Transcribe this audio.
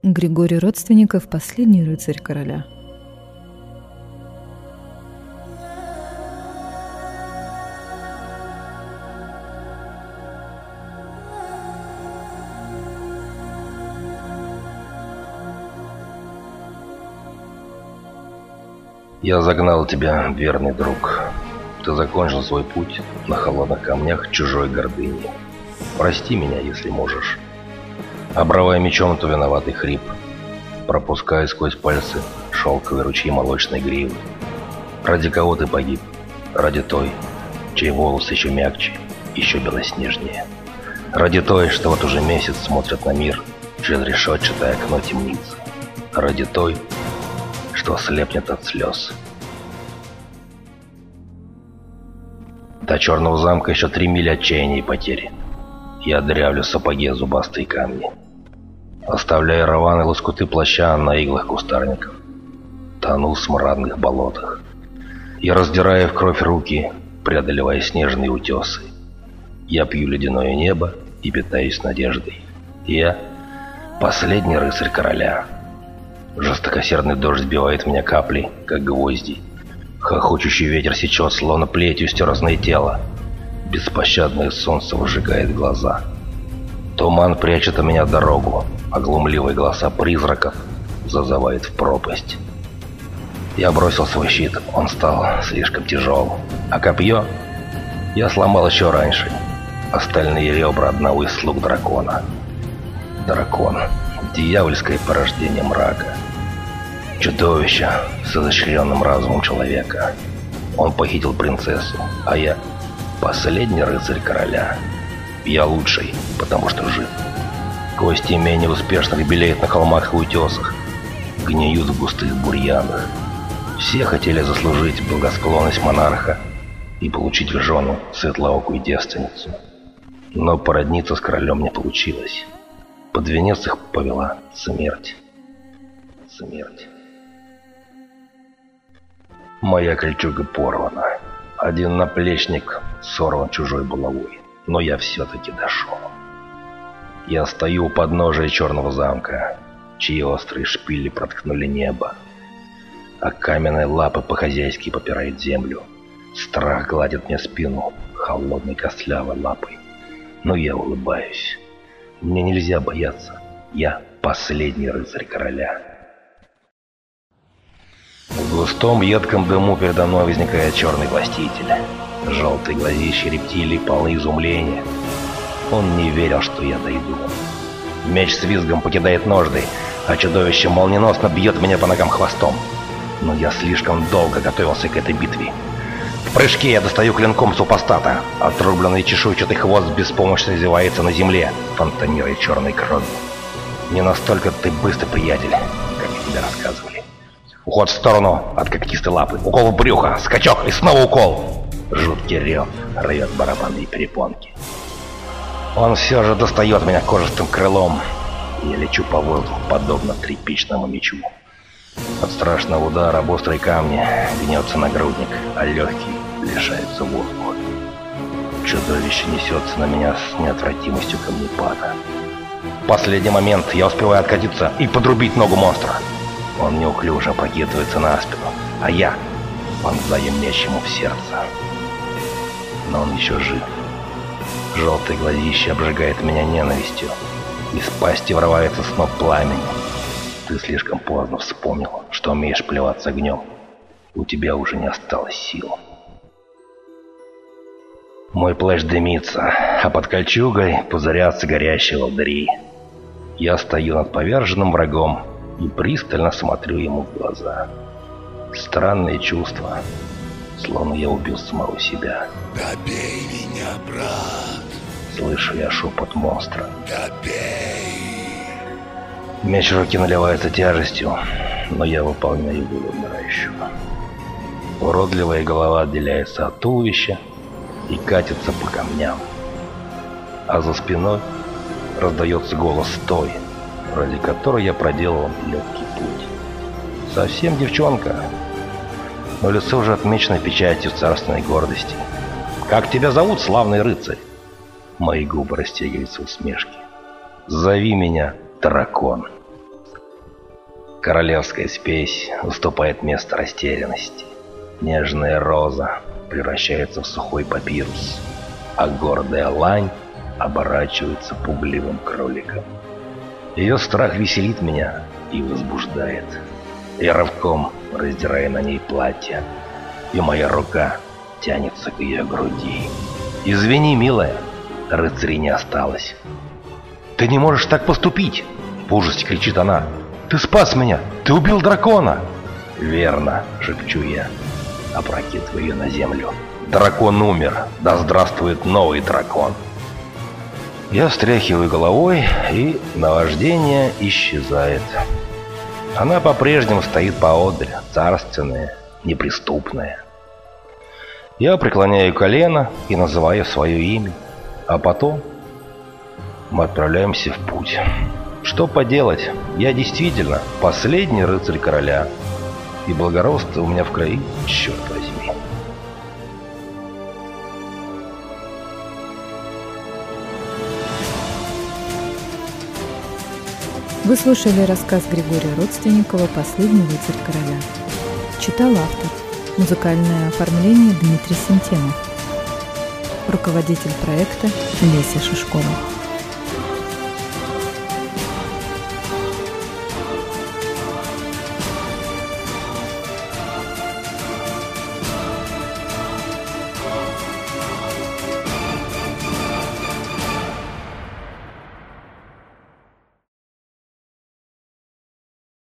Григорий Родственников, последний рыцарь короля. Я загнал тебя, верный друг. Ты закончил свой путь на холодных камнях чужой гордыни. Прости меня, если можешь. Обрывая мечом то виноватый хрип, пропуская сквозь пальцы шелковые ручьи молочной гривы. Ради кого ты погиб? Ради той, чей волос еще мягче, еще белоснежнее. Ради той, что вот уже месяц смотрит на мир через решетчатое окно темницы. Ради той, что слепнет от слез. До Черного замка еще 3 мили отчаяния и потери. Я дрявлю в сапоге зубастые камни, оставляя рваные лоскуты плаща на иглах кустарников. Тону в смрадных болотах. Я раздираю в кровь руки, преодолевая снежные утесы. Я пью ледяное небо и питаюсь надеждой. Я последний рыцарь короля. Жестокосердный дождь сбивает меня капли, как гвозди. Хохочущий ветер сечет, словно плетью стерзное тело. Беспощадное солнце выжигает глаза. Туман прячет от меня дорогу, а глумливые голоса призраков зазывают в пропасть. Я бросил свой щит, он стал слишком тяжел. А копье я сломал еще раньше. Остальные ребра одного из слуг дракона. Дракон — дьявольское порождение мрака. Чудовище с изощренным разумом человека. Он похитил принцессу, а я последний рыцарь короля. Я лучший, потому что жив. Кости менее успешных белеют на холмах и утесах, гниют в густых бурьянах. Все хотели заслужить благосклонность монарха и получить в жену светлоокую девственницу. Но породниться с королем не получилось. Под венец их повела смерть. Смерть. Моя кольчуга порвана. Один наплечник сорван чужой булавой. Но я все-таки дошел. Я стою у подножия Черного замка, чьи острые шпили проткнули небо, а каменные лапы по-хозяйски попирают землю. Страх гладит мне спину холодной костлявой лапой. Но я улыбаюсь. Мне нельзя бояться. Я последний рыцарь короля. В густом едком дыму передо мной возникает черный властитель. Желтые глазища рептилии полны изумления. Он не верил, что я дойду. Меч с визгом покидает ножны, а чудовище молниеносно бьет меня по ногам хвостом. Но я слишком долго готовился к этой битве. В прыжке я достаю клинком супостата. Отрубленный чешуйчатый хвост беспомощно извивается на земле, фонтанируя черной кровью. Не настолько ты быстрый, приятель, как мне тебе рассказывали. Уход в сторону от когтистой лапы, укол в брюхо, скачок и снова укол. Жуткий рев рвет барабанные перепонки. Он все же достает меня кожистым крылом. Я лечу по воздуху, подобно тряпичному мечу. От страшного удара об острые камни гнется нагрудник, а легкие лишаются воздуха. Чудовище несется на меня с неотвратимостью камнепада. В последний момент я успеваю откатиться и подрубить ногу монстра. Он неуклюже опрокидывается на спину, а я вонзаю меч ему в сердце. Но он еще жив. Желтые глазища обжигает меня ненавистью. Из пасти врывается сноп пламени. Ты слишком поздно вспомнил, что умеешь плеваться огнем. У тебя уже не осталось сил. Мой плащ дымится, а под кольчугой пузырятся горящие волдыри. Я стою над поверженным врагом и пристально смотрю ему в глаза. Странные чувства, словно я убил самого себя. Добей меня, брат. Слышу я шепот монстра. Добей. Меч в руки наливается тяжестью, но я выполняю волю умирающего. Уродливая голова отделяется от туловища и катится по камням. А за спиной раздается голос той, ради которой я проделал легкий путь. Совсем девчонка, но лицо уже отмечено печатью царственной гордости. «Как тебя зовут, славный рыцарь?» Мои губы растягиваются в усмешке. «Зови меня дракон». Королевская спесь уступает место растерянности. Нежная роза превращается в сухой папирус, а гордая лань оборачивается пугливым кроликом. Ее страх веселит меня и возбуждает. Я рывком раздираю на ней платье, и моя рука тянется к ее груди. «Извини, милая, рыцарей не осталось». «Ты не можешь так поступить!» — в ужасе кричит она. «Ты спас меня! Ты убил дракона!» «Верно!» — шепчу я, опрокидывая ее на землю. «Дракон умер! Да здравствует новый дракон!» Я встряхиваю головой, и наваждение исчезает. Она по-прежнему стоит поодаль, царственная, неприступная. Я преклоняю колено и называю свое имя, а потом мы отправляемся в путь. Что поделать, я действительно последний рыцарь короля, и благородство у меня в крови, черт возьми. Вы слушали рассказ Григория Родственникова «Последний рыцарь короля». Читал автор. Музыкальное оформление Дмитрий Сентенов. Руководитель проекта Леся Шишкова.